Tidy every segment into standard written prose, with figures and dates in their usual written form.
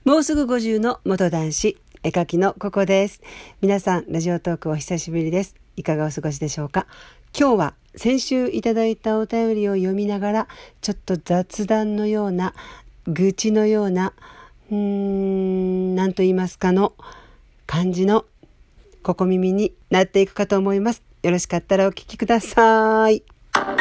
もうすぐ50の元男子、絵描きのここです。皆さん、ラジオトークお久しぶりです。いかがお過ごしでしょうか。今日は先週いただいたお便りを読みながら、ちょっと雑談のような、愚痴のような、なんと言いますかの感じのここ耳になっていくかと思います。よろしかったらお聞きください。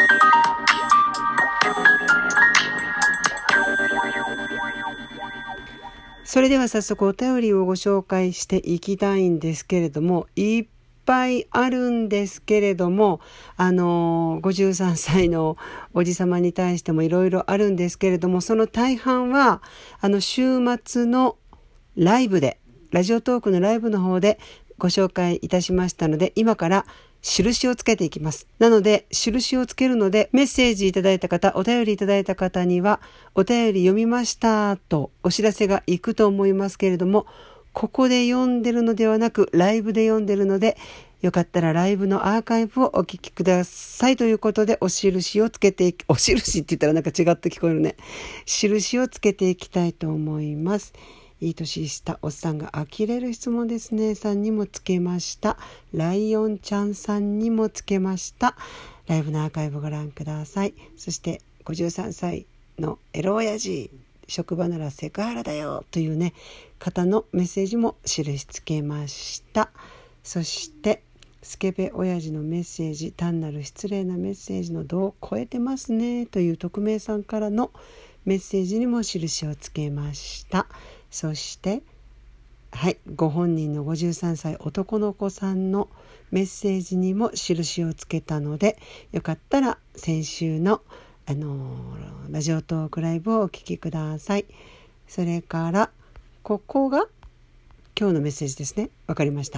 それでは早速お便りをご紹介していきたいんですけれども、いっぱいあるんですけれども、53歳のおじさまに対してもいろいろあるんですけれども、その大半は週末のライブで、ラジオトークのライブの方でご紹介いたしましたので、今から印をつけていきます。なので、印をつけるので、メッセージいただいた方、お便りいただいた方には、お便り読みましたとお知らせがいくと思いますけれども、ここで読んでるのではなく、ライブで読んでるので、よかったらライブのアーカイブをお聞きくださいということで、お印をつけてお印って言ったらなんか違って聞こえるね。印をつけていきたいと思います。いい年したおっさんが呆れる質問ですねさんにもつけました。ライオンちゃんさんにもつけました。ライブのアーカイブご覧ください。そして53歳のエロ親父、職場ならセクハラだよというね方のメッセージも印つけました。そしてスケベ親父のメッセージ、単なる失礼なメッセージの度を超えてますねという匿名さんからのメッセージにも印をつけました。そしてご本人の53歳男の子さんのメッセージにも印をつけたので、よかったら先週のラジオトークライブをお聞きください。それからここが今日のメッセージですね。わかりました。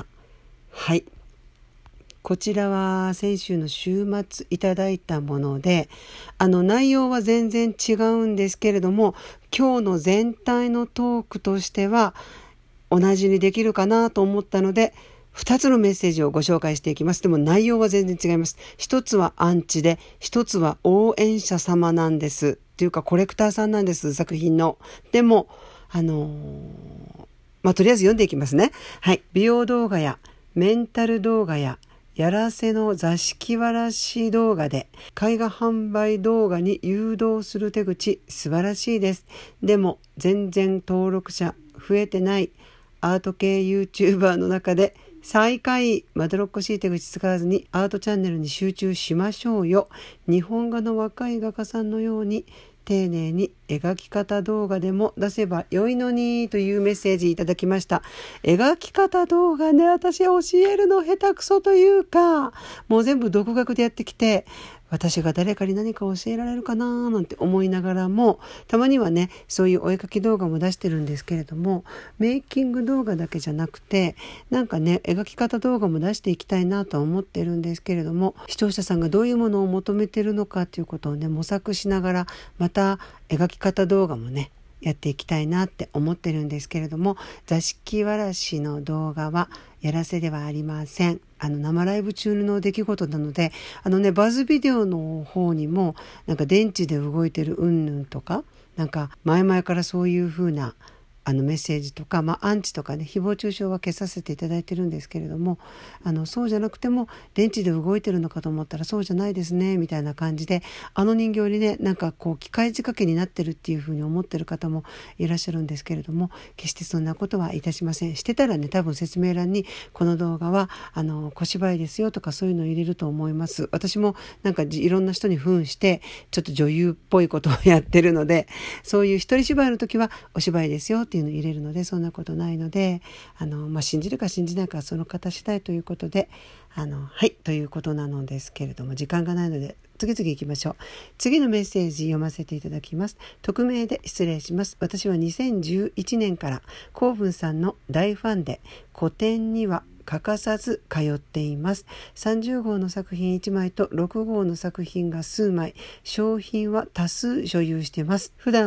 こちらは先週の週末いただいたもので、内容は全然違うんですけれども、今日の全体のトークとしては同じにできるかなと思ったので、2つのメッセージをご紹介していきます。でも内容は全然違います。一つはアンチで、一つは応援者様なんです。というかコレクターさんなんです、作品の。でも、とりあえず読んでいきますね。美容動画やメンタル動画ややらせの座敷わらし動画で絵画販売動画に誘導する手口素晴らしいです。でも全然登録者増えてないアート系 YouTuber の中で最下位、まどろっこしい手口使わずにアートチャンネルに集中しましょうよ。日本画の若い画家さんのように丁寧に描き方動画でも出せば良いのにというメッセージいただきました。描き方動画ね、私教えるの下手くそというか、もう全部独学でやってきて、私が誰かに何か教えられるかななんて思いながらも、たまにはねそういうお絵描き動画も出してるんですけれども、メイキング動画だけじゃなくてなんかね描き方動画も出していきたいなとは思ってるんですけれども、視聴者さんがどういうものを求めてるのかということをね模索しながら、また描き方動画もねやっていきたいなって思ってるんですけれども、座敷わらしの動画はやらせではありません。生ライブ中の出来事なので、バズビデオの方にもなんか電池で動いてるうんぬんとか、なんか前々からそういう風なメッセージとか、アンチとかね誹謗中傷は消させていただいてるんですけれども、そうじゃなくても電池で動いてるのかと思ったらそうじゃないですねみたいな感じで、人形にねなんかこう機械仕掛けになってるっていうふうに思ってる方もいらっしゃるんですけれども、決してそんなことはいたしません。してたらね多分説明欄にこの動画は小芝居ですよとかそういうのを入れると思います。私もなんかいろんな人に扮してちょっと女優っぽいことをやってるので、そういう一人芝居の時はお芝居ですよっていうのを入れるので、そんなことないので信じるか信じないかはその方次第ということでということなのですけれども、時間がないので次々行きましょう。次のメッセージ読ませていただきます。匿名で失礼します。私は2011年からコーブンさんの大ファンで、個展には欠かさず通っています。30号の作品1枚と6号の作品が数枚、商品は多数所有しています。普段は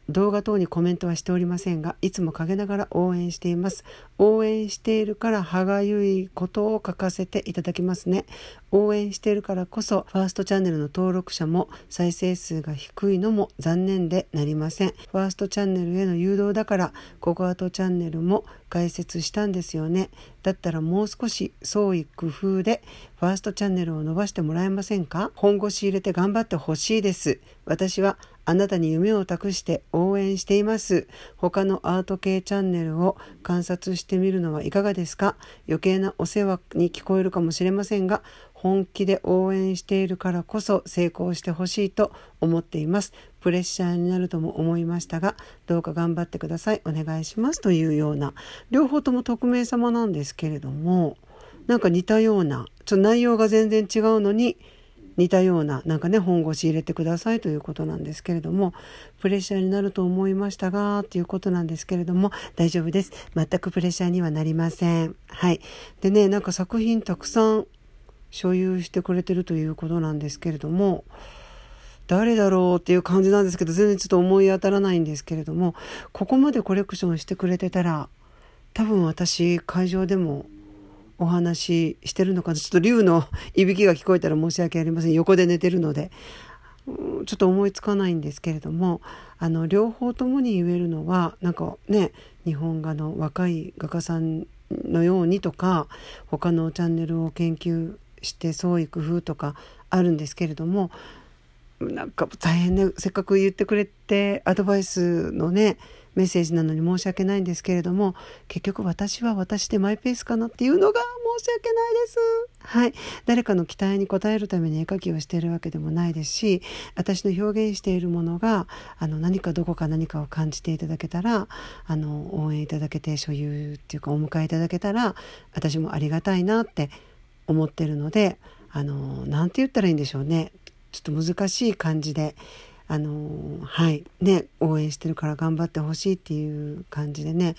動画等にコメントはしておりませんが、いつも陰ながら応援しています。応援しているから歯がゆいことを書かせていただきますね。応援しているからこそファーストチャンネルの登録者も再生数が低いのも残念でなりません。ファーストチャンネルへの誘導だからココアトチャンネルも開設したんですよね。だったらもう少し創意工夫でファーストチャンネルを伸ばしてもらえませんか？本腰入れて頑張ってほしいです。私はあなたに夢を託して応援しています。他のアート系チャンネルを観察してみるのはいかがですか？余計なお世話に聞こえるかもしれませんが、本気で応援しているからこそ成功してほしいと思っています。プレッシャーになるとも思いましたが、どうか頑張ってください。お願いします。というような、両方とも匿名様なんですけれども、なんか似たような、ちょっと内容が全然違うのに似たような、なんかね、本腰入れてくださいということなんですけれども、プレッシャーになると思いましたがっていうことなんですけれども、大丈夫です。全くプレッシャーにはなりません。はい。でね、なんか作品たくさん所有してくれてるということなんですけれども、誰だろうっていう感じなんですけど、全然ちょっと思い当たらないんですけれども、ここまでコレクションしてくれてたら、多分私会場でもお話ししてるのかな。ちょっと竜のいびきが聞こえたら申し訳ありません。横で寝てるのでちょっと思いつかないんですけれども、両方ともに言えるのは、なんかね、日本画の若い画家さんのようにとか、他のチャンネルを研究して創意工夫とかあるんですけれども、なんか大変ね、せっかく言ってくれてアドバイスのねメッセージなのに申し訳ないんですけれども、結局私は私でマイペースかなっていうのが申し訳ないです。はい。誰かの期待に応えるために絵描きをしているわけでもないですし、私の表現しているものが何かどこか何かを感じていただけたら、応援いただけて所有っていうかお迎えいただけたら私もありがたいなって思ってるので、なんて言ったらいいんでしょうね。ちょっと難しい感じではいね、応援してるから頑張ってほしいっていう感じでね、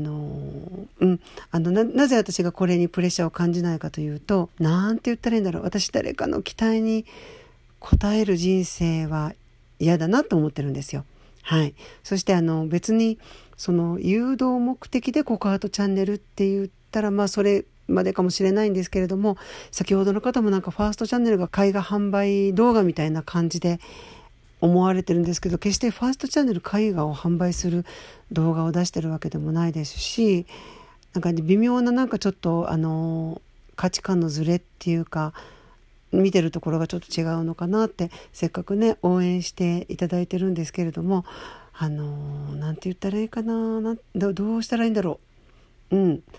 なぜ私がこれにプレッシャーを感じないかというと、なんて言ったらいいんだろう、私誰かの期待に応える人生は嫌だなと思ってるんですよ。はい。そして別にその誘導目的でココアートチャンネルって言ったら、まあそれまでかもしれないんですけれども、先ほどの方もなんかファーストチャンネルが絵画販売動画みたいな感じで思われてるんですけど、決してファーストチャンネル絵画を販売する動画を出してるわけでもないですし、なんか、ね、微妙ななんかちょっと価値観のズレっていうか、見てるところがちょっと違うのかなって、せっかくね応援していただいてるんですけれども、なんて言ったらいいかな、どうしたらいいんだろう。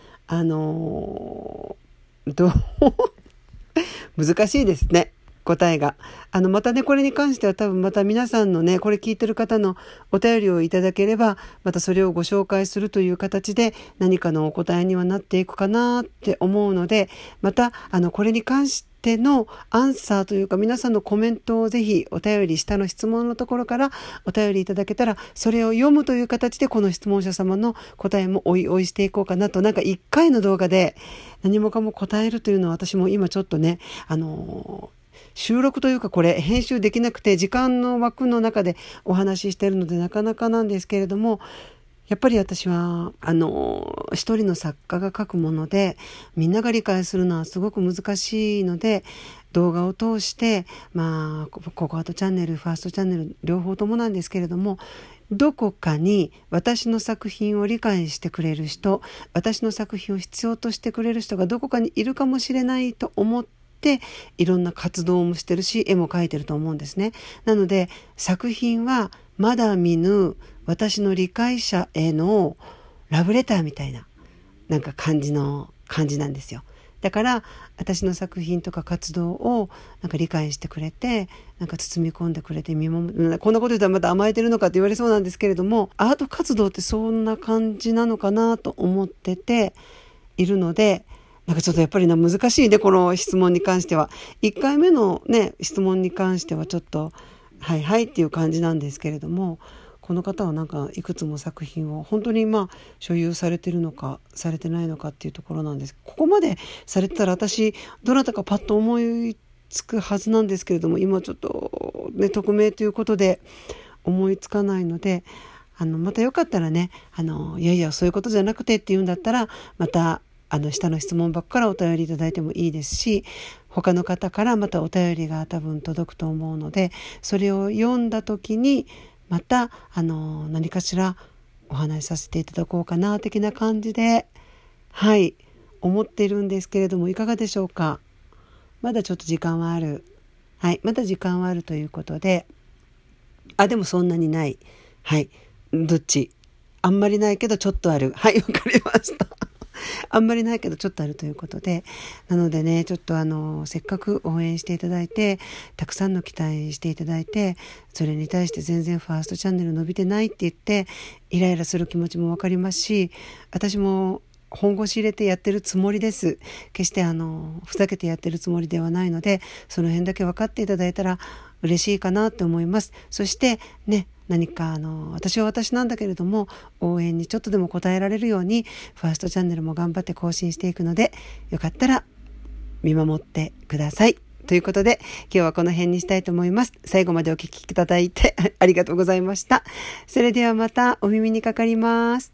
難しいですね、答えが。またね、これに関しては多分また皆さんのね、これ聞いてる方のお便りをいただければ、またそれをご紹介するという形で何かのお答えにはなっていくかなって思うので、またこれに関してのアンサーというか、皆さんのコメントをぜひお便り下の質問のところからお便りいただけたら、それを読むという形でこの質問者様の答えもおいおいしていこうかなと。なんか1回の動画で何もかも答えるというのは、私も今ちょっとね収録というかこれ編集できなくて時間の枠の中でお話ししているのでなかなかなんですけれども、やっぱり私は一人の作家が書くものでみんなが理解するのはすごく難しいので、動画を通してココアートチャンネル、ファーストチャンネル両方ともなんですけれども、どこかに私の作品を理解してくれる人、私の作品を必要としてくれる人がどこかにいるかもしれないと思っていろんな活動もしてるし、絵も描いてると思うんですね。なので作品はまだ見ぬ私の理解者へのラブレターみたいななんか感じなんですよ。だから私の作品とか活動をなんか理解してくれて、なんか包み込んでくれて、こんなこと言ったらまた甘えてるのかって言われそうなんですけれども、アート活動ってそんな感じなのかなと思ってているので、なんかちょっとやっぱり難しいね、この質問に関しては。1回目のね質問に関してはちょっとはいはいっていう感じなんですけれども、この方はなんかいくつも作品を本当に所有されてるのかされてないのかっていうところなんです。ここまでされてたら私どなたかパッと思いつくはずなんですけれども、今ちょっとね匿名ということで思いつかないので、 またよかったらね、いやいやそういうことじゃなくてって言うんだったら、また下の質問箱からお便りいただいてもいいですし、他の方からまたお便りが多分届くと思うので、それを読んだ時にまた何かしらお話しさせていただこうかな的な感じで、はい思っているんですけれども、いかがでしょうか。まだちょっと時間はある。はい、まだ時間はあるということで、でもそんなにない。はい、どっち？あんまりないけどちょっとある。はい、わかりました。あんまりないけどちょっとあるということで、なのでね、ちょっとせっかく応援していただいて、たくさんの期待していただいて、それに対して全然ファーストチャンネル伸びてないって言ってイライラする気持ちもわかりますし、私も本腰入れてやってるつもりです。決してふざけてやってるつもりではないので、その辺だけ分かっていただいたら嬉しいかなって思います。そしてね、何か私は私なんだけれども、応援にちょっとでも応えられるようにファーストチャンネルも頑張って更新していくので、よかったら見守ってくださいということで、今日はこの辺にしたいと思います。最後までお聞きいただいてありがとうございました。それではまたお耳にかかります。